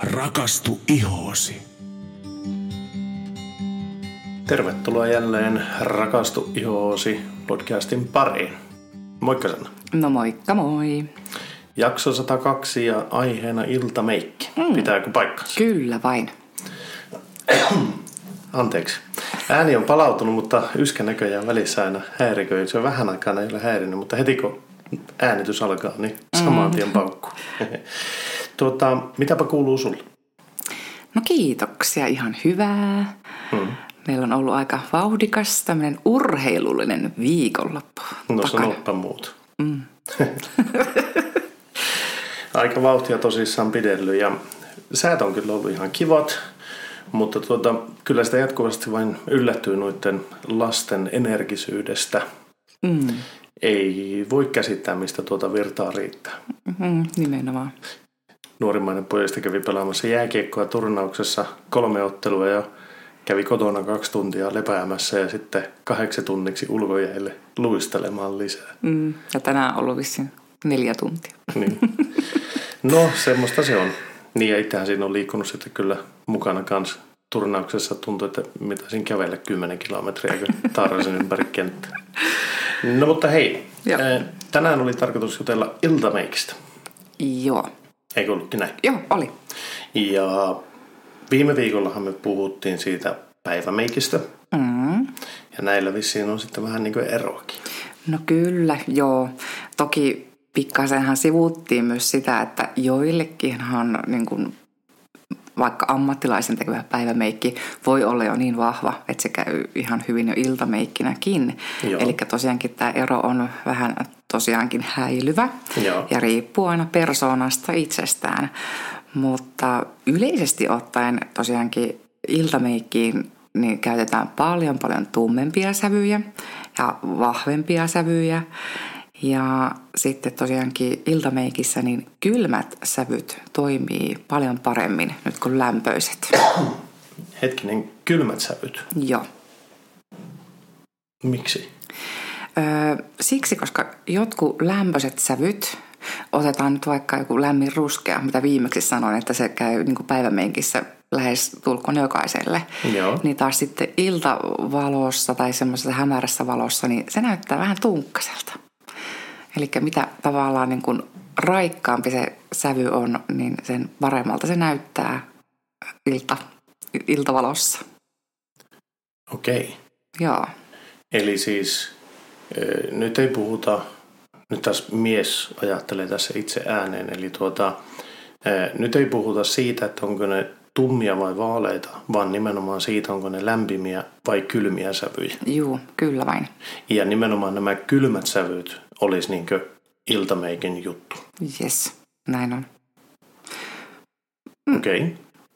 Rakastu ihoosi. Tervetuloa jälleen Rakastu ihoosi podcastin pariin. Moikka Sanna. No moikka moi. Jakso 102 ja aiheena iltameikki. Pitääkö paikkansa? Kyllä vain. Anteeksi. Ääni on palautunut, mutta yskä näköjään välissä aina häiriköi. Se on vähän aikaa ei ole häirinyt, mutta heti kun äänitys alkaa, niin saman tien paukkuu. Mitäpä kuuluu sulle? No kiitoksia, ihan hyvää. Meillä on ollut aika vauhdikas tämmöinen urheilullinen viikonloppu. No sanoppa muuta. Aika vauhtia tosissaan pidellyt ja säät on kyllä ollut ihan kivat, mutta kyllä sitä jatkuvasti vain yllättyy noiden lasten energisyydestä. Ei voi käsittää, mistä virtaa riittää. Nimenomaan. Nuorimmainen pojista kävi pelaamassa jääkiekkoa turnauksessa 3 ottelua ja kävi kotona 2 tuntia lepäämässä ja sitten 8 tunniksi ulkojäille luistelemaan lisää. Ja tänään on ollut vissiin 4 tuntia. Niin. No, semmoista se on. Niin ja itsehän siinä on liikkunut sitten kyllä mukana kanssa. Turnauksessa tuntui, että mitaisin kävellä 10 kilometriä, kun tarrasin ympäri kenttää. No mutta hei, tänään oli tarkoitus jutella iltameikistä. Joo. Eikö ollutkin näin? Joo, oli. Ja viime viikollahan me puhuttiin siitä päivämeikistä. Ja näillä vissiin on sitten vähän niin kuin eroakin. No kyllä, joo. Toki pikkasenhan sivuttiin myös sitä, että joillekinhan niin kuin vaikka ammattilaisen tekevä päivämeikki voi olla jo niin vahva, että se käy ihan hyvin jo iltameikkinäkin. Eli tosiaankin tämä ero on vähän tosiaankin häilyvä ja riippuu aina persoonasta itsestään. Mutta yleisesti ottaen tosiaankin iltameikkiin niin käytetään paljon tummempia sävyjä ja vahvempia sävyjä. Ja sitten tosiaankin iltameikissä niin kylmät sävyt toimii paljon paremmin nyt kuin lämpöiset. Hetkinen, kylmät sävyt? Joo. Miksi? Siksi, koska jotkut lämpöiset sävyt, otetaan nyt vaikka joku lämmin ruskea, mitä viimeksi sanoin, että se käy niin kuin päivämeikissä lähes tulkoon jokaiselle. Joo. Niin taas sitten iltavalossa tai semmoisessa hämärässä valossa, niin se näyttää vähän tunkkaiselta. Eli mitä tavallaan niin kuin raikkaampi se sävy on, niin sen paremmalta se näyttää iltavalossa. Okei. Joo. Eli siis nyt ei puhuta, nyt taas mies ajattelee tässä itse ääneen, eli nyt ei puhuta siitä, että onko ne tummia vai vaaleita, vaan nimenomaan siitä, onko ne lämpimiä vai kylmiä sävyjä. Joo, kyllä vain. Ja nimenomaan nämä kylmät sävyt olisi niinkö iltameikin juttu. Yes, näin on. Okei.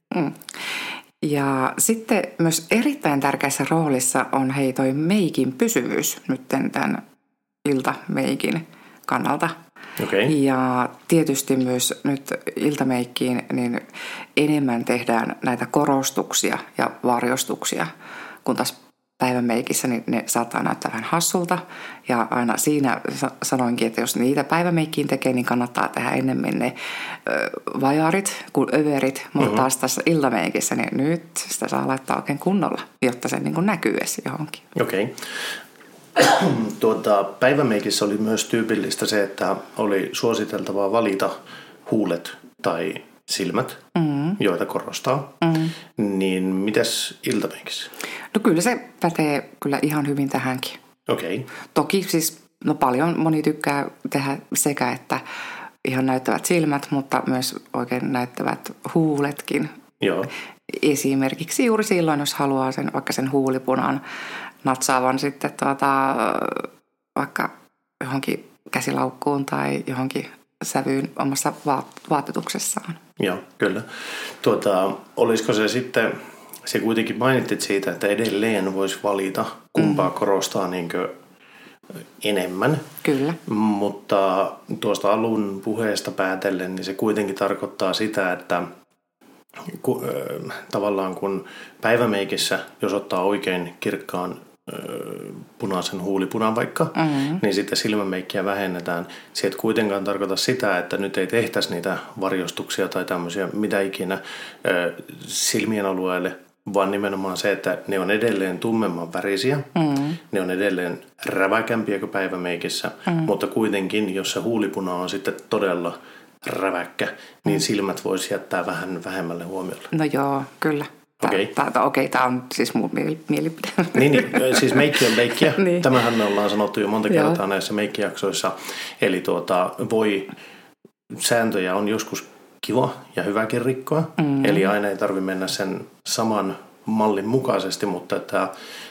Ja sitten myös erittäin tärkeässä roolissa on toi meikin pysyvyys nyt tämän iltameikin kannalta. Okay. Ja tietysti myös nyt iltameikkiin niin enemmän tehdään näitä korostuksia ja varjostuksia, kun taas päivämeikissä niin ne saattaa näyttää vähän hassulta. Ja aina siinä sanoinkin, että jos niitä päivämeikkiin tekee, niin kannattaa tehdä enemmän ne vajarit kuin överit. Mutta taas tässä iltameikissä, niin nyt sitä saa laittaa oikein kunnolla, jotta se niin kuin näkyy edes johonkin. Okei. Päivämeikissä oli myös tyypillistä se, että oli suositeltavaa valita huulet tai silmät, joita korostaa. Niin mitäs iltameikissä? No kyllä se pätee kyllä ihan hyvin tähänkin. Okei. Toki siis moni tykkää tehdä sekä, että ihan näyttävät silmät, mutta myös oikein näyttävät huuletkin. Joo. Esimerkiksi juuri silloin, jos haluaa vaikka sen huulipunan natsaavan sitten vaikka johonkin käsilaukkuun tai johonkin sävyyn omassa vaatetuksessaan. Joo, kyllä. Olisiko se sitten, se kuitenkin mainittit siitä, että edelleen voisi valita, kumpaa korostaa niinkö enemmän. Kyllä. Mutta tuosta alun puheesta päätellen, niin se kuitenkin tarkoittaa sitä, että tavallaan kun päivämeikissä, jos ottaa oikein kirkkaan punaisen huulipunan vaikka, niin sitten silmämeikkiä vähennetään. Se ei kuitenkaan tarkoita sitä, että nyt ei tehtäisi niitä varjostuksia tai tämmöisiä mitä ikinä silmien alueelle, vaan nimenomaan se, että ne on edelleen tummemman värisiä, ne on edelleen räväkämpiä kuin päivämeikissä, mutta kuitenkin, jos se huulipuna on sitten todella räväkkä, niin silmät voisi jättää vähän vähemmälle huomiolle. No joo, kyllä. Okei, tämä on siis mun mielipide. Niin, siis meikki on meikkiä. Niin. Tämähän me ollaan sanottu jo monta kertaa näissä meikkijaksoissa. Eli sääntöjä on joskus kiva ja hyväkin rikkoa. Eli aina ei tarvitse mennä sen saman mallin mukaisesti, mutta että,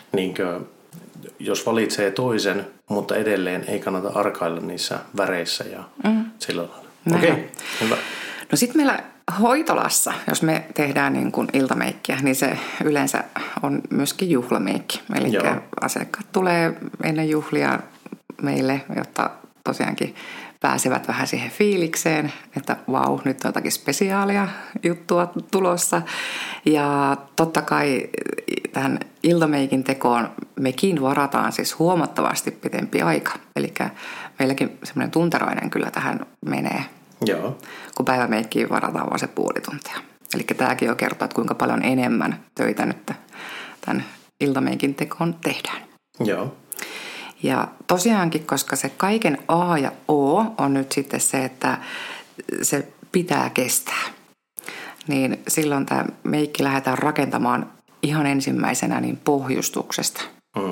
jos valitsee toisen, mutta edelleen ei kannata arkailla niissä väreissä ja sillä lailla. Okei, hyvä. No sitten meillä hoitolassa, jos me tehdään niin kuin iltameikkiä, niin se yleensä on myöskin juhlameikki. Eli asiakkaat tulee ennen juhlia meille, jotta tosiaankin pääsevät vähän siihen fiilikseen, että vau, nyt on jotakin spesiaalia juttua tulossa. Ja totta kai tähän iltameikin tekoon mekin varataan siis huomattavasti pitempi aika. Eli meilläkin semmoinen tunteroinen kyllä tähän menee. Joo. Kun päivämeikkiin varataan vaan se puoli tuntia. Eli tämäkin jo kertoo, että kuinka paljon enemmän töitä nyt tämän iltameikin tekoon tehdään. Joo. Ja tosiaankin, koska se kaiken A ja O on nyt sitten se, että se pitää kestää, niin silloin tämä meikki lähdetään rakentamaan ihan ensimmäisenä niin pohjustuksesta.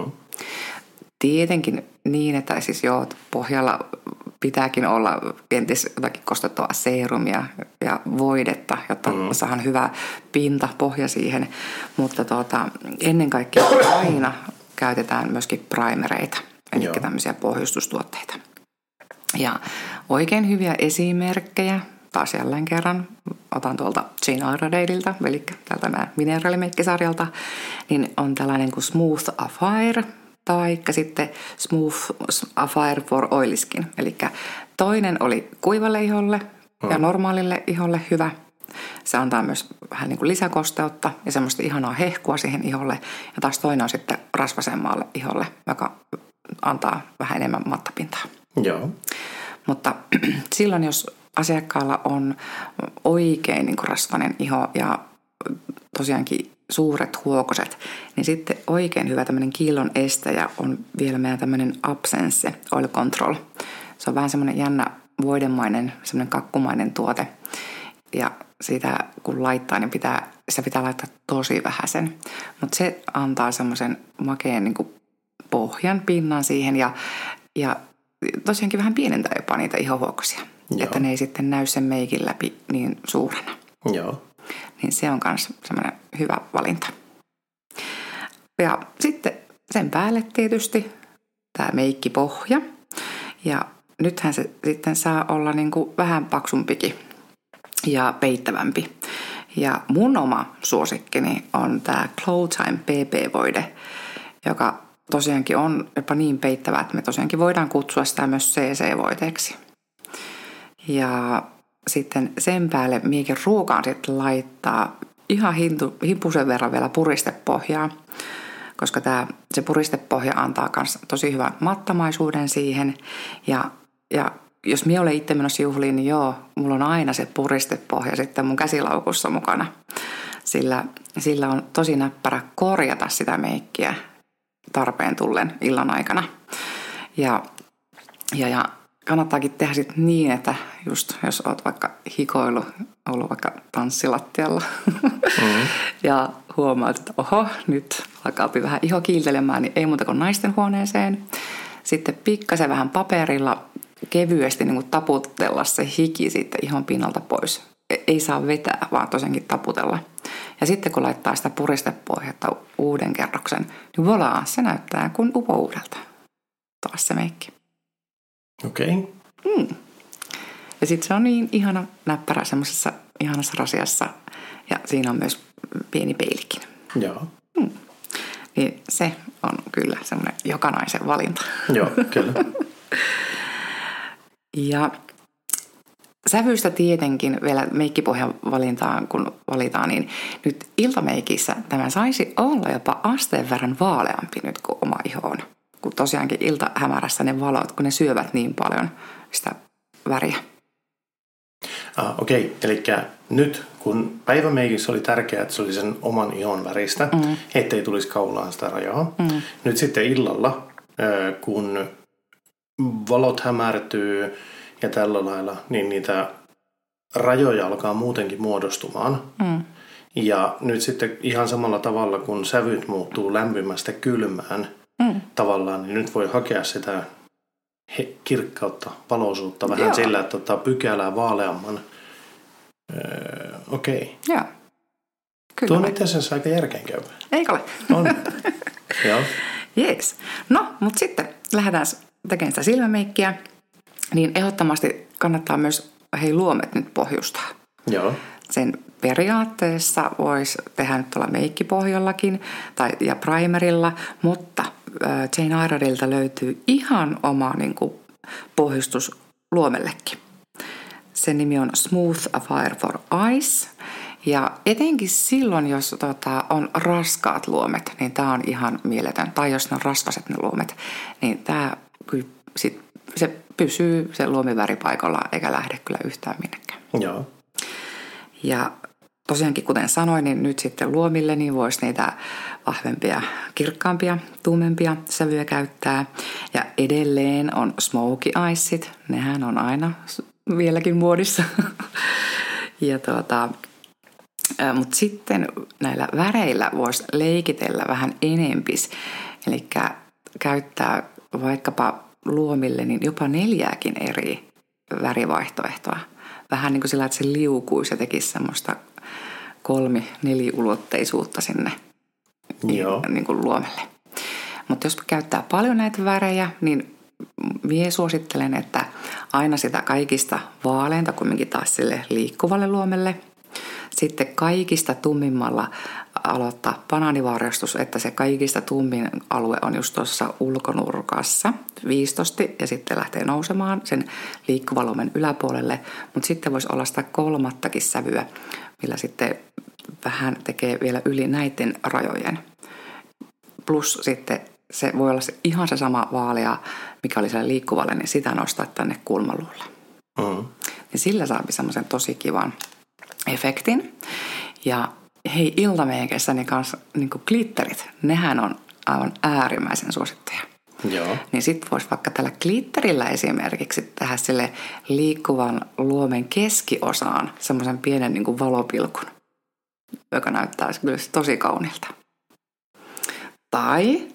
Tietenkin niin, että siis pohjalla pitääkin olla kenties jotakin kostettua seerumia ja voidetta, jotta saadaan hyvä pintapohja siihen. Mutta ennen kaikkea aina käytetään myöskin primereita, eli tämmöisiä pohjustustuotteita. Ja oikein hyviä esimerkkejä, taas jälleen kerran, otan tuolta Jane Iredaleilta, eli tältä mineraalimeikkisarjalta, niin on tällainen kuin Smooth Affair, tai sitten Smooth Affair for Oily Skin. Eli toinen oli kuivalle iholle ja normaalille iholle hyvä. Se antaa myös vähän niin kuin lisäkosteutta ja semmoista ihanaa hehkua siihen iholle. Ja taas toinen on sitten rasvasemmalle iholle, joka antaa vähän enemmän mattapintaa. Joo. Mutta silloin, jos asiakkaalla on oikein niin kuin rasvainen iho ja tosiaankin suuret huokoset, niin sitten oikein hyvä tämmöinen kiillon estäjä on vielä meidän tämmöinen Absence Oil Control. Se on vähän semmoinen jännä voidemainen, semmoinen kakkumainen tuote. Ja siitä kun laittaa, niin sitä pitää laittaa tosi vähäsen. Mutta se antaa semmoisen makeen niin kuin pohjan, pinnan siihen ja tosiaankin vähän pienentää jopa niitä ihohuokosia. Joo. Että ne ei sitten näy sen meikin läpi niin suurena. Joo. Niin se on myös semmoinen hyvä valinta. Ja sitten sen päälle tietysti tämä meikkipohja. Ja nythän se sitten saa olla niin kuin vähän paksumpikin ja peittävämpi. Ja mun oma suosikkini on tämä Glow Time PP-voide, joka tosiaankin on jopa niin peittävä, että me tosiaankin voidaan kutsua sitä myös CC-voiteeksi. Ja sitten sen päälle miekin ruokaan sitten laittaa ihan himpusen verran vielä puristepohjaa, koska se puristepohja antaa myös tosi hyvän mattamaisuuden siihen. Ja jos minä olen itse menossa juhliin, niin mulla on aina se puristepohja sitten mun käsilaukussa mukana. Sillä on tosi näppärä korjata sitä meikkiä tarpeen tullen illan aikana. Ja kannattaakin tehdä sitten niin, että just jos olet vaikka hikoillut, ollut vaikka tanssilattialla ja huomaat, että oho, nyt alkaa vähän iho kiiltelemään, niin ei muuta kuin naisten huoneeseen. Sitten pikkasen vähän paperilla kevyesti niin kuin taputella se hiki sitten ihon pinnalta pois. Ei saa vetää, vaan tosiaankin taputella. Ja sitten kun laittaa sitä puristepohjata uuden kerroksen, niin voilà, se näyttää kuin upouudelta. Taas se meikki. Okei. Ja sitten se on niin ihana näppärä semmoisessa ihanassa rasiassa. Ja siinä on myös pieni peilikin. Joo. Niin se on kyllä semmoinen jokanaisen valinta. Joo, kyllä. Ja sävystä tietenkin vielä meikkipohjan valintaan, kun valitaan, niin nyt iltameikissä tämä saisi olla jopa asteen verran vaaleampi nyt kuin oma iho on. Kun tosiaankin iltahämärässä ne valot, kun ne syövät niin paljon sitä väriä. Okei, eli nyt kun päivämeikissä oli tärkeää, että se oli sen oman ihon väristä, ettei tulisi kaulaan sitä rajaa. Nyt sitten illalla, kun valot hämärtyy ja tällä lailla, niin niitä rajoja alkaa muutenkin muodostumaan. Ja nyt sitten ihan samalla tavalla, kun sävyt muuttuu lämpimästä kylmään tavallaan, niin nyt voi hakea sitä kirkkautta, valoisuutta vähän sillä, että ottaa pykälää vaaleamman. Okei. Joo. Kyllä. Tuo on itse asiassa aika järkeenkäyvä. Eikö ole? On. Joo. Jees. No, mutta sitten lähdetään tekemään sitä silmämeikkiä. Niin ehdottomasti kannattaa myös luomet nyt pohjustaa. Joo. Sen periaatteessa voisi tehdä nyt tuolla meikkipohjallakin ja primerilla, mutta Jane Iredalta löytyy ihan oma niin kuin, pohjustus luomellekin. Sen nimi on Smooth Affair for Eyes. Ja etenkin silloin, jos on raskaat luomet, niin tämä on ihan mieletön. Tai jos ne on rasvaset ne luomet, niin tämä se pysyy se luomiväri paikalla eikä lähde kyllä yhtään minnekään. Joo. Ja tosiaankin, kuten sanoin, niin nyt sitten luomille niin voisi niitä vahvempia, kirkkaampia, tummempia sävyjä käyttää. Ja edelleen on smoky eyesit. Nehän on aina vieläkin muodissa. Ja mutta sitten näillä väreillä voisi leikitellä vähän enempis. Eli käyttää vaikkapa luomille niin jopa 4 eri värivaihtoehtoa. Vähän niin kuin sillä, että se liukuisi ja tekisi semmoista 3-4-ulotteisuutta sinne niin kuin luomelle. Mutta jos käyttää paljon näitä värejä, niin minä suosittelen, että aina sitä kaikista vaaleinta kumminkin taas sille liikkuvalle luomelle. Sitten kaikista tummimmalla aloittaa banaanivarjostus, että se kaikista tummin alue on just tuossa ulkonurkassa viistosti ja sitten lähtee nousemaan sen liikkuvaluomen yläpuolelle. Mutta sitten voisi olla sitä 3. sävyä, millä sitten vähän tekee vielä yli näiden rajojen. Plus sitten se voi olla ihan se sama vaalea, mikä oli siellä liikkuvalle, niin sitä nostaa tänne kulmaluulle. Niin sillä saapi semmoisen tosi kivan efektin. Ja hei, iltameikeissä niin kanssa niin kuin glitterit, nehän on aivan äärimmäisen suosittuja. Joo. Niin sitten voisi vaikka tällä glitterillä esimerkiksi tehdä sille liikkuvan luomen keskiosaan semmoisen pienen niin kuin valopilkun, joka näyttää kyllä tosi kaunilta. Tai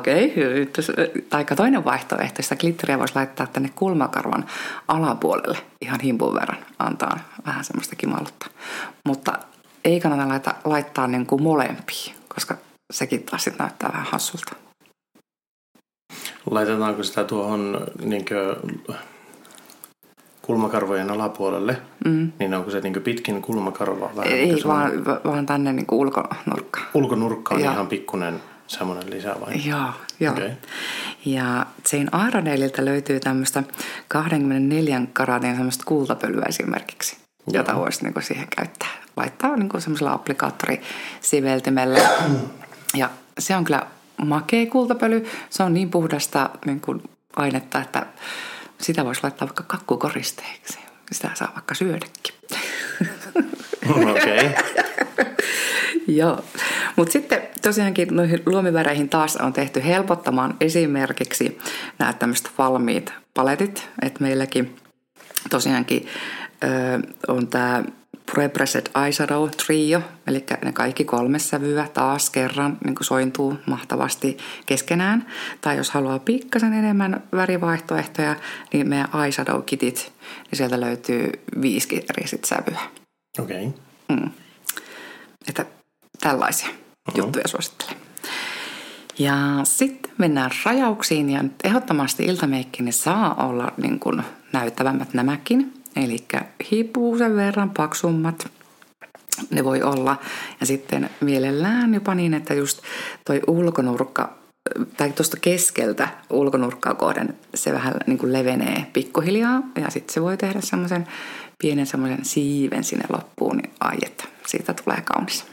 toinen vaihtoehto, sitä glitteriä voisi laittaa tänne kulmakarvan alapuolelle ihan himpun verran, antaa vähän semmoista kimalutta. Mutta ei kannata laittaa niin kuin molempia, koska sekin taas sitten näyttää vähän hassulta. Laitetaanko sitä tuohon niin kulmakarvojen alapuolelle? Niin onko se niin pitkin kulmakarvaa? Vähän ei, vaan tänne niin kuin ulkonurkkaan. Ulkonurkka on ihan pikkunen semmoinen lisä vai? Joo. Okay. Ja Jane Iredalilta löytyy tämmöistä 24 karatin semmoista kultapölyä esimerkiksi, jota voisi niinku siihen käyttää. Laittaa niinku semmoisella applikaattorisiveltimellä. Ja se on kyllä makea kultapöly. Se on niin puhdasta niinku ainetta, että sitä voisi laittaa vaikka kakkukoristeeksi. Sitä saa vaikka syödäkin. Okei. Joo, mutta sitten tosiaankin noihin luomiväreihin taas on tehty helpottamaan esimerkiksi nämä tämmöiset valmiit paletit, että meilläkin tosiaankin on tämä Repressed Eyeshadow Trio, eli ne kaikki 3 sävyä taas kerran niin kuin sointuu mahtavasti keskenään. Tai jos haluaa pikkasen enemmän värivaihtoehtoja, niin meidän Eyeshadow Kitit, niin sieltä löytyy 5 eri sävyä. Okei. Että tällaisia juttuja suosittelen. Ja sitten mennään rajauksiin ja nyt ehdottomasti iltameikki niin saa olla niin kuin näyttävämmät nämäkin. Eli hipuusen verran paksummat ne voi olla. Ja sitten mielellään jopa niin, että just toi ulkonurkka tai tuosta keskeltä ulkonurkkaa kohden se vähän niin kuin levenee pikkuhiljaa. Ja sitten se voi tehdä semmoisen pienen semmoisen siiven sinne loppuun, niin ai että siitä tulee kaunis.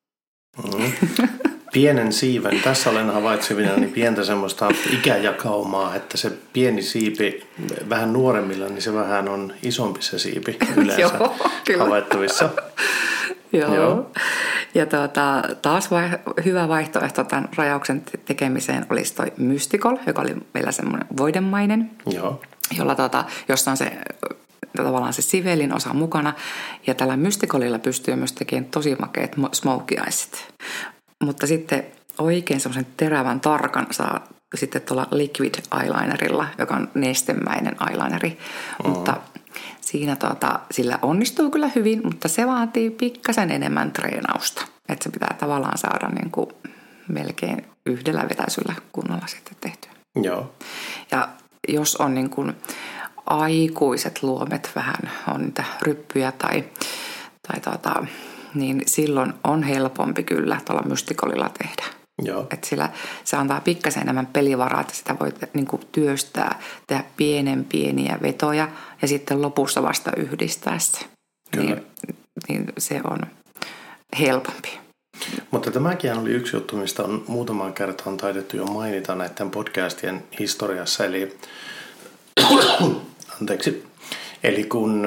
Pienen siiven. Tässä olen havaitsevinani pientä semmoista ikäjakaumaa, että se pieni siipi vähän nuoremmilla, niin se vähän on isompi se siipi yleensä havaittavissa. Joo. Ja taas hyvä vaihtoehto tämän rajauksen tekemiseen olisi toi Mysticol, joka oli meillä semmoinen voidemainen, jossa on se tavallaan se sivelin osa mukana. Ja tällä Mysticolilla pystyy myös tekemään tosi makeat smokey eyesit. Mutta sitten oikein semmoisen terävän tarkan saa sitten tuolla liquid eyelinerilla, joka on nestemäinen eyelineri. Mutta siinä sillä onnistuu kyllä hyvin, mutta se vaatii pikkasen enemmän treenausta. Että se pitää tavallaan saada niin kuin melkein yhdellä vetäisyllä kunnolla sitten tehtyä. Joo. Ja jos on niin kuin aikuiset luomet, vähän on niitä ryppyjä niin silloin on helpompi kyllä tuolla Mysticolilla tehdä. Joo. Että sillä se antaa pikkasen enemmän pelivaraa, että sitä voi niin kuin työstää, tehdä pieniä vetoja ja sitten lopussa vasta yhdistää se. Niin se on helpompi. Mutta tämäkin oli yksi juttu, mistä on muutamaan kertaan taidettu jo mainita näiden podcastien historiassa. Eli kun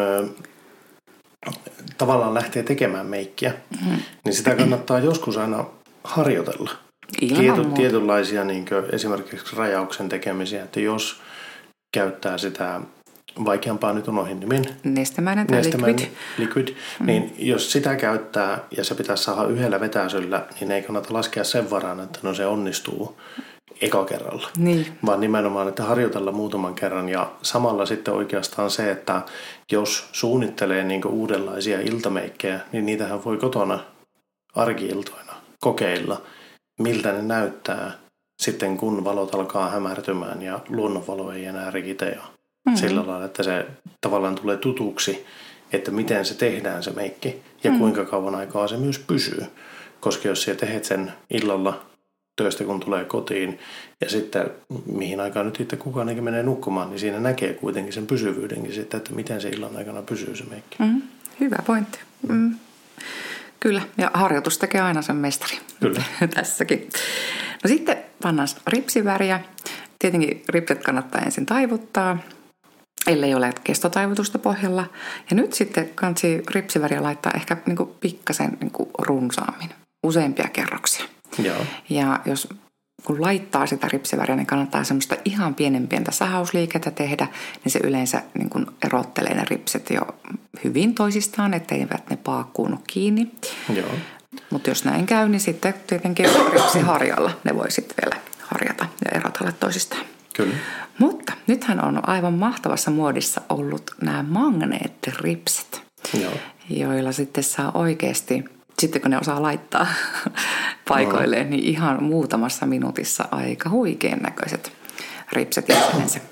tavallaan lähtee tekemään meikkiä, niin sitä kannattaa joskus aina harjoitella. Tietynlaisia niin esimerkiksi rajauksen tekemisiä, että jos käyttää sitä vaikeampaa, nyt unohdin nimen. Nestemäinen liquid. Niin jos sitä käyttää ja se pitäisi saada yhdellä vetäisyllä, niin ei kannata laskea sen varaan, että no se onnistuu eka kerralla. Niin. Vaan nimenomaan, että harjoitella muutaman kerran ja samalla sitten oikeastaan se, että jos suunnittelee niin uudenlaisia iltameikkejä, niin niitähän voi kotona arki-iltoina kokeilla, miltä ne näyttää sitten kun valot alkaa hämärtymään ja luonnonvalo ei enää rikitä ja sillä lailla, että se tavallaan tulee tutuksi, että miten se tehdään se meikki ja kuinka kauan aikaa se myös pysyy. Koska jos sä tehet sen illalla töistä, kun tulee kotiin ja sitten mihin aikaan nyt itse kukaan eikä menee nukkumaan, niin siinä näkee kuitenkin sen pysyvyydenkin sitten, että miten se illan aikana pysyy se meikki. Hyvä pointti. Kyllä, ja harjoitus tekee aina sen mestari. Kyllä. Tässäkin. No sitten pannaan ripsiväriä. Tietenkin ripset kannattaa ensin taivuttaa, ellei ole kestotaivutusta pohjalla. Ja nyt sitten kansi ripsiväriä laittaa ehkä niinku pikkasen niinku runsaammin, useampia kerroksia. Joo. Ja kun laittaa sitä ripsiväriä, niin kannattaa semmoista ihan pientä sahausliikettä tehdä, niin se yleensä niin kuin erottelee ne ripset jo hyvin toisistaan, etteivät ne paakkuunu kiinni. Joo. Mutta jos näin käy, niin sitten tietenkin ripsiharjalla ne voi sitten vielä harjata ja erotella toisistaan. Kyllä. Mutta nythän on aivan mahtavassa muodissa ollut nämä magneettiripsit, joilla sitten saa oikeasti, sitten kun ne osaa laittaa paikoilleen, niin ihan muutamassa minuutissa aika huikean näköiset ripset itsellensä.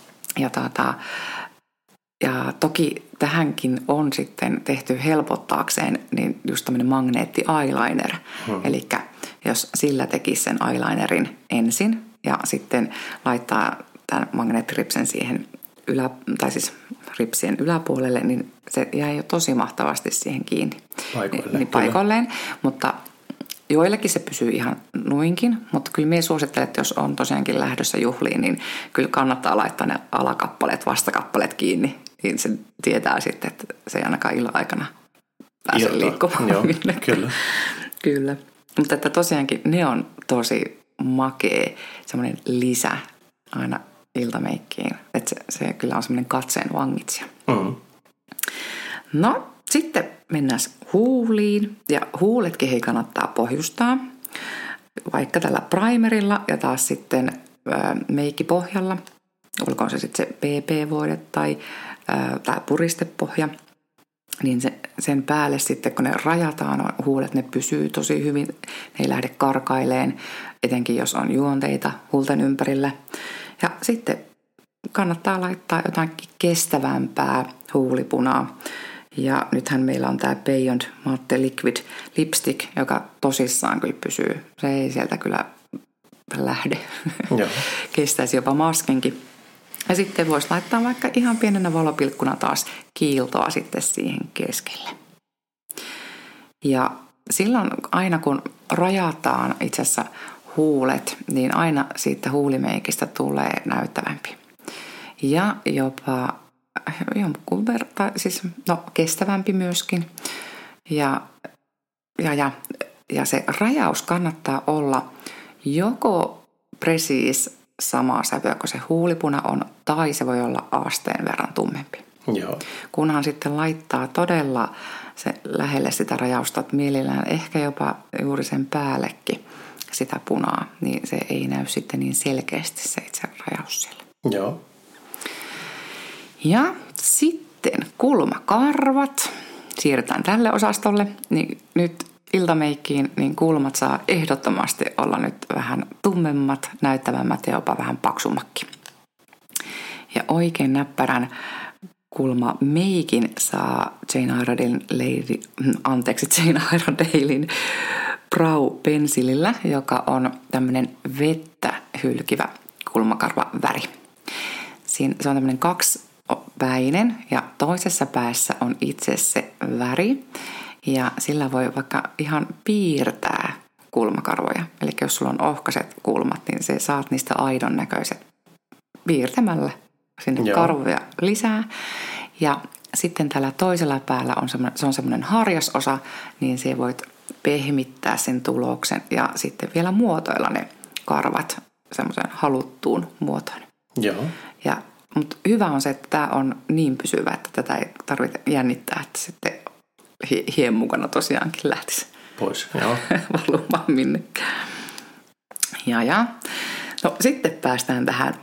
Ja toki tähänkin on sitten tehty helpottaakseen niin just tämmöinen magneetti-eyeliner. Eli jos sillä tekisi sen eyelinerin ensin ja sitten laittaa tämän magneettiripsen siihen ripsien yläpuolelle, niin se jäi jo tosi mahtavasti siihen kiinni. Paikoilleen. Mutta joillekin se pysyy ihan noinkin, mutta kyllä minä suosittelen, että jos on tosiaankin lähdössä juhliin, niin kyllä kannattaa laittaa ne alakappaleet, vastakappaleet kiinni. Niin se tietää sitten, että se ei ainakaan illan aikana pääse liikkumaan. Joo, kyllä. Mutta että tosiaankin ne on tosi makea semmoinen lisä aina iltameikkiin. Että se kyllä on semmoinen katseen vangitsija. No, sitten mennään huuliin. Ja huuletkin hei kannattaa pohjustaa. Vaikka tällä primerilla ja taas sitten meikkipohjalla. Olkoon se sitten se PP-voide tai puristepohja. Niin sen päälle sitten, kun ne rajataan huulet, ne pysyy tosi hyvin. Ne ei lähde karkaileen, etenkin jos on juonteita huulten ympärillä. Ja sitten kannattaa laittaa jotakin kestävämpää huulipunaa. Ja nythän meillä on tämä Beyond Matte Liquid Lipstick, joka tosissaan kyllä pysyy. Se ei sieltä kyllä lähde. Kestäisi jopa maskinkin. Ja sitten voisi laittaa vaikka ihan pienenä valopilkkuna taas kiiltoa sitten siihen keskelle. Ja silloin aina kun rajataan itse asiassa huulet, niin aina siitä huulimeikistä tulee näyttävämpi. Ja jopa jonkun verran, siis kestävämpi myöskin. Ja se rajaus kannattaa olla joko samaa sävyä kuin se huulipuna on, tai se voi olla asteen verran tummempi. Joo. Kunhan sitten laittaa todella se lähelle sitä rajausta, että mielellään ehkä jopa juuri sen päällekin sitä punaa, niin se ei näy sitten niin selkeästi se itse rajaus siellä. Joo. Ja sitten kulmakarvat. Siirrytään tälle osastolle. Niin nyt iltameikkiin niin kulmat saa ehdottomasti olla nyt vähän tummemmat, näyttävämmät ja jopa vähän paksummakin. Ja oikein näppärän kulmameikin saa Jane Iredalein Brow-pensilillä, joka on tämmöinen vettä hylkivä kulmakarvaväri. Se on tämmöinen kaksipäinen ja toisessa päässä on itse se väri ja sillä voi vaikka ihan piirtää kulmakarvoja. Eli jos sulla on ohkaiset kulmat, niin se saat niistä aidon näköiset piirtämällä sinne karvoja lisää. Ja sitten tällä toisella päällä se on semmoinen harjasosa, niin se voit pehmittää sen tuloksen ja sitten vielä muotoilla ne karvat semmoisen haluttuun muotoon. Joo. Mutta hyvä on se, että tämä on niin pysyvä, että tätä ei tarvitse jännittää, että sitten hien mukana tosiaankin lähtisi pois. Joo. valumaan minnekään. No sitten päästään tähän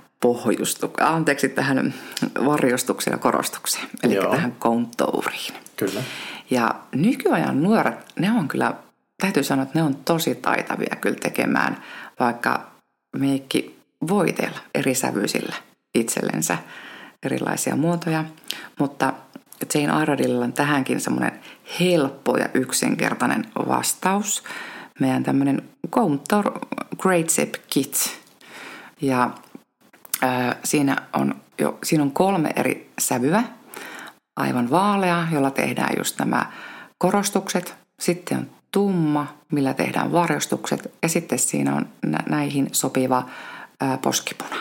tähän varjostukseen ja korostukseen, eli tähän contouriin. Kyllä. Ja nykyajan nuoret, ne on kyllä, täytyy sanoa, että ne on tosi taitavia kyllä tekemään vaikka meikkivoiteilla eri sävyisillä itsellensä erilaisia muotoja, mutta Jane Iredaleilla on tähänkin semmoinen helppo ja yksinkertainen vastaus. Meidän tämmöinen Contour Great Shape Kit. Ja siinä on 3 eri sävyä. Aivan vaalea, jolla tehdään just nämä korostukset. Sitten on tumma, millä tehdään varjostukset. Ja sitten siinä on näihin sopiva poskipuna.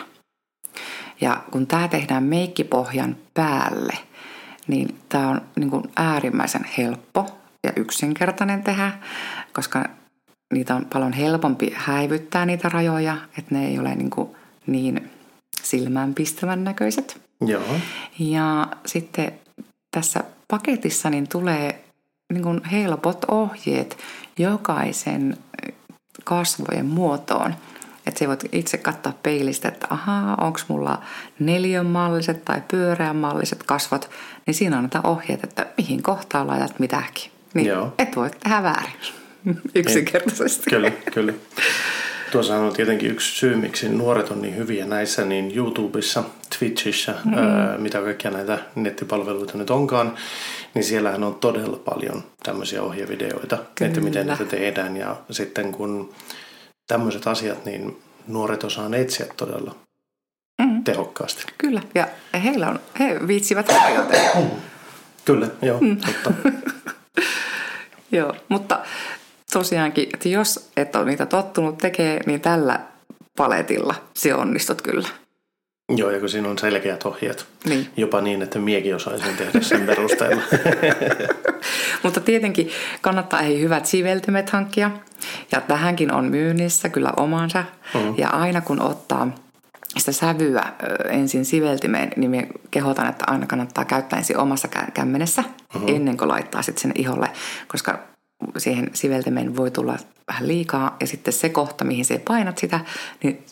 Ja kun tämä tehdään meikkipohjan päälle, niin tämä on niin kuin äärimmäisen helppo ja yksinkertainen tehdä, koska niitä on paljon helpompi häivyttää niitä rajoja, että ne ei ole niin silmäänpistävän näköiset. Joo. Ja sitten tässä paketissa niin tulee niin kuin helpot ohjeet jokaisen kasvojen muotoon. Että sä voit itse katsoa peilistä, että onko mulla neliönmalliset tai pyöreänmalliset kasvot, niin siinä on näitä ohjeet, että mihin kohtaan laitat mitäkin. Niin joo. Et voi tehdä väärin yksinkertaisesti. Kyllä. Tuossahan on tietenkin yksi syy, miksi nuoret on niin hyviä näissä, niin YouTubessa, Twitchissä, mitä kaikkia näitä nettipalveluita nyt onkaan, niin siellähän on todella paljon tämmöisiä ohjevideoita, että miten niitä tehdään. Ja sitten kun tämmöiset asiat, niin nuoret osaa etsiä todella tehokkaasti. Kyllä, ja he viitsivät harjoitella. Kyllä, joo, totta. Joo, mutta tosiaankin, että jos et ole niitä tottunut tekemään, niin tällä paletilla se onnistut kyllä. Joo, ja kun siinä on selkeät ohjeet. Niin. Jopa niin, että miekin osaisin tehdä sen perusteella. Mutta tietenkin kannattaa hyvät siveltimet hankkia. Ja tähänkin on myynnissä kyllä omansa. Ja aina kun ottaa sitä sävyä ensin siveltimeen, niin minä kehotan, että aina kannattaa käyttää ensin omassa kämmenessä ennen kuin laittaa sitten sen iholle. Koska siihen siveltimeen voi tulla vähän liikaa ja sitten se kohta, mihin sä painat sitä, niin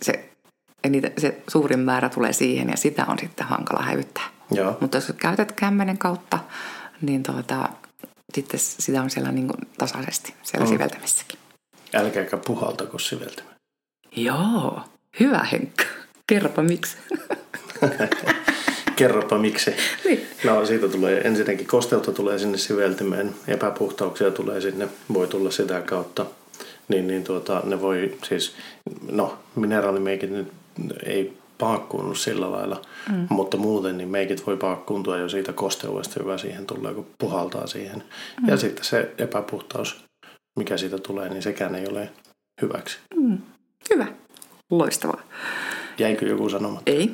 se suurin määrä tulee siihen ja sitä on sitten hankala häivyttää. Joo. Mutta jos käytät kämmenen kautta, niin sitten sitä on siellä niin kuin tasaisesti siellä siveltämissäkin. Älkääkä puhaltako siveltämään. Joo, hyvä Henkka. Kerropa miksi. Kerropa miksi. Niin. No siitä tulee ensinnäkin kosteutta tulee sinne siveltimeen, epäpuhtauksia tulee sinne, voi tulla sitä kautta. Ne voi siis, mineraalimeikit nyt ei paakkuunut sillä lailla, mutta muuten niin meikit voi paakkuuntua jo siitä kosteudesta, joka siihen tulee, kun puhaltaa siihen. Ja sitten se epäpuhtaus, mikä siitä tulee, niin sekään ei ole hyväksi. Hyvä. Loistavaa. Jäikö joku sanomatta? Ei.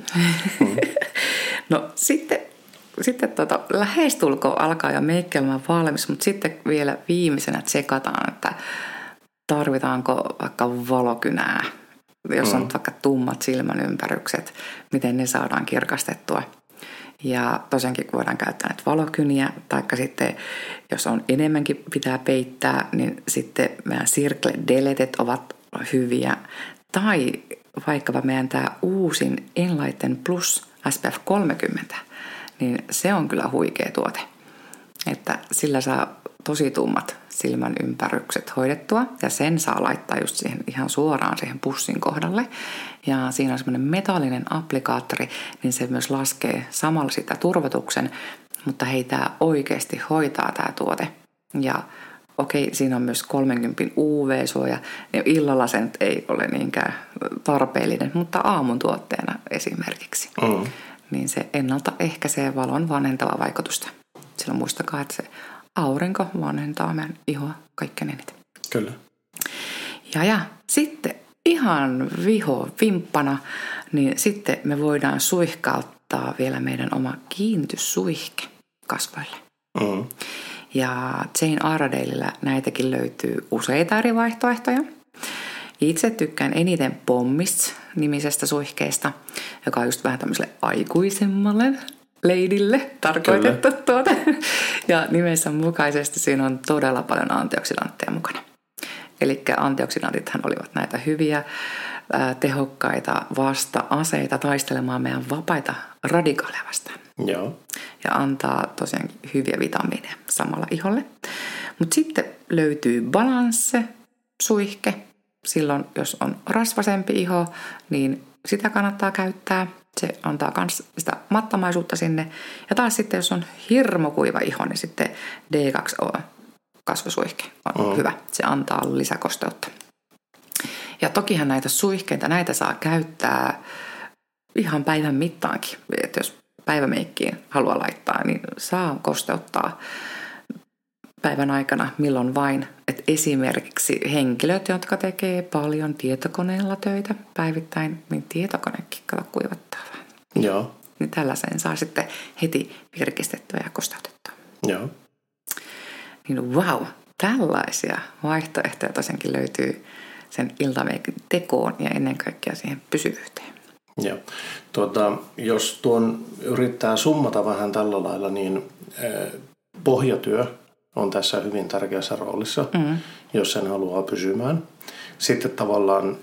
No sitten lähestulkoon alkaa jo meikki olemaan valmis, mutta sitten vielä viimeisenä tsekataan, että tarvitaanko vaikka valokynää, jos on vaikka tummat silmänympärykset, miten ne saadaan kirkastettua. Ja tosiaankin voidaan käyttää näitä valokyniä, taikka sitten jos on enemmänkin pitää peittää, niin sitten meidän Circle Deletet ovat hyviä. Tai vaikkapa meidän tämä uusin Enlighten Plus SPF 30, niin se on kyllä huikea tuote. Että sillä saa tosi tummat silmän ympärykset hoidettua ja sen saa laittaa just siihen ihan suoraan siihen pussin kohdalle. Ja siinä on semmoinen metallinen applikaattori, niin se myös laskee samalla sitä turvotuksen, mutta hei, tämä oikeasti hoitaa tämä tuote. Ja okei, siinä on myös 30 UV-suoja. Illalla se nyt ei ole niinkään tarpeellinen, mutta aamun tuotteena esimerkiksi. Niin se ennaltaehkäisee valon vanhentavaa vaikutusta. Sillä muistakaa, että se aurinko vanhentaa meidän ihoa kaikkein eniten. Kyllä. Ja sitten ihan vimppana, niin sitten me voidaan suihkauttaa vielä meidän oma kiinnityssuihke kasvoille. Ja Jane Iredaleillä näitäkin löytyy useita eri vaihtoehtoja. Itse tykkään eniten Pommist-nimisestä suihkeesta, joka on just vähän tämmöiselle aikuisemmalle leidille tarkoitettu tuote. Ja nimensä mukaisesti siinä on todella paljon antioksidantteja mukana. Eli antioksidantithan olivat näitä hyviä, tehokkaita vasta-aseita taistelemaan meidän vapaita radikaaleja vastaan. Joo. Ja antaa tosiaankin hyviä vitamiineja samalla iholle. Mutta sitten löytyy Balance-suihke. Silloin, jos on rasvasempi iho, niin sitä kannattaa käyttää. Se antaa myös sitä mattamaisuutta sinne. Ja taas sitten, jos on hirmukuiva iho, niin sitten D2O-kasvosuihke on hyvä. Se antaa lisäkosteutta. Ja tokihan näitä suihkeita, näitä saa käyttää ihan päivän mittaankin. Että jos päivämeikkiin haluaa laittaa, niin saa kosteuttaa päivän aikana milloin vain. Et esimerkiksi henkilöt, jotka tekee paljon tietokoneella töitä päivittäin, niin tietokonekin kuivattaa vähän. Joo. Niin tällaisen saa sitten heti virkistettyä ja kosteutettua. Joo. Niin tällaisia vaihtoehtoja tosiaankin löytyy sen iltameikin tekoon ja ennen kaikkea siihen pysyvyyteen. Joo. Jos tuon yrittää summata vähän tällä lailla, niin pohjatyö on tässä hyvin tärkeässä roolissa, jos sen haluaa pysymään. Sitten tavallaan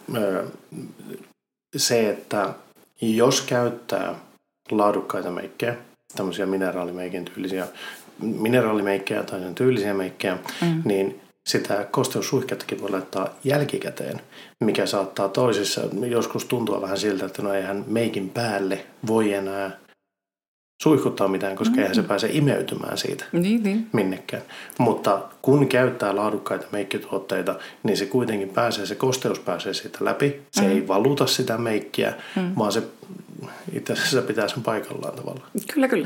se, että jos käyttää laadukkaita meikkejä, tämmöisiä mineraalimeikkejä tai tyylisiä meikkejä, niin sitä kosteussuihkettakin voi laittaa jälkikäteen, mikä saattaa toisissa joskus tuntua vähän siltä, että no eihän meikin päälle voi enää suihkuttaa mitään, koska eihän se pääse imeytymään siitä minnekään. Mutta kun käyttää laadukkaita meikkituotteita, niin se kuitenkin pääsee, se kosteus pääsee siitä läpi. Se ei valuta sitä meikkiä, vaan se itse asiassa pitää sen paikallaan tavallaan. Kyllä.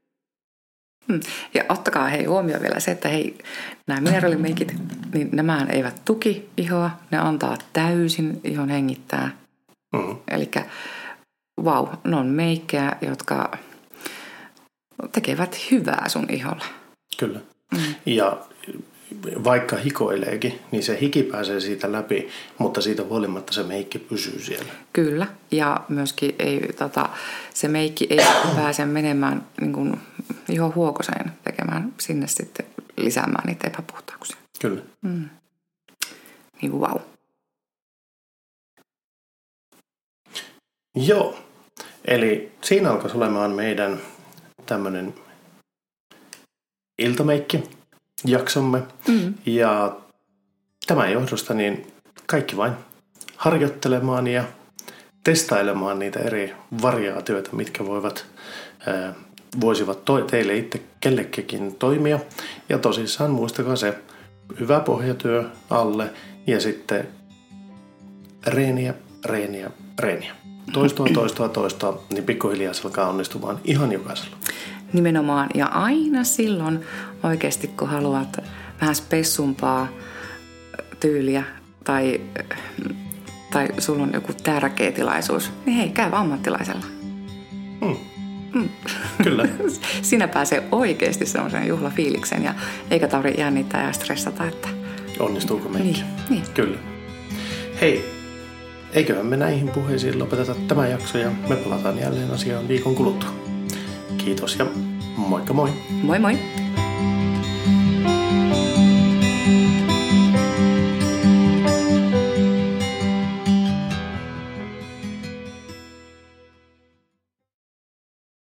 Ja ottakaa huomioon vielä se, että nämä mineraalimeikit, niin nämä eivät tuki ihoa, ne antaa täysin ihon hengittää. Eli ne on meikkejä, jotka tekevät hyvää sun iholle. Kyllä. Ja vaikka hikoileekin, niin se hiki pääsee siitä läpi, mutta siitä huolimatta se meikki pysyy siellä. Kyllä. Ja myöskin se meikki ei pääse menemään niin kuin ihon huokoseen tekemään sinne sitten lisäämään niitä epäpuhtauksia. Kyllä. Niin Joo. Eli siinä alkaisi olemaan meidän tämmöinen iltameikki-jaksomme. Ja tämän johdosta niin kaikki vain harjoittelemaan ja testailemaan niitä eri variaatioita, mitkä voisivat teille itse kellekin toimia. Ja tosissaan muistakaa se hyvä pohjatyö alle ja sitten reeniä. toistoa, niin pikkuhiljaa se alkaa onnistumaan ihan jokaisella. Nimenomaan. Ja aina silloin oikeasti, kun haluat vähän spessumpaa tyyliä tai sulla on joku tärkeä tilaisuus, niin hei, käy ammattilaisella. Kyllä. Siinä pääsee oikeasti semmoisen juhlafiiliksen ja eikä tarvitse jännittää ja stressata, että onnistuuko meikki? Niin. Kyllä. Hei, eiköhän me näihin puheisiin lopeteta tämä jakso ja me palataan jälleen asiaan viikon kuluttua. Kiitos ja moikka moi! Moi moi!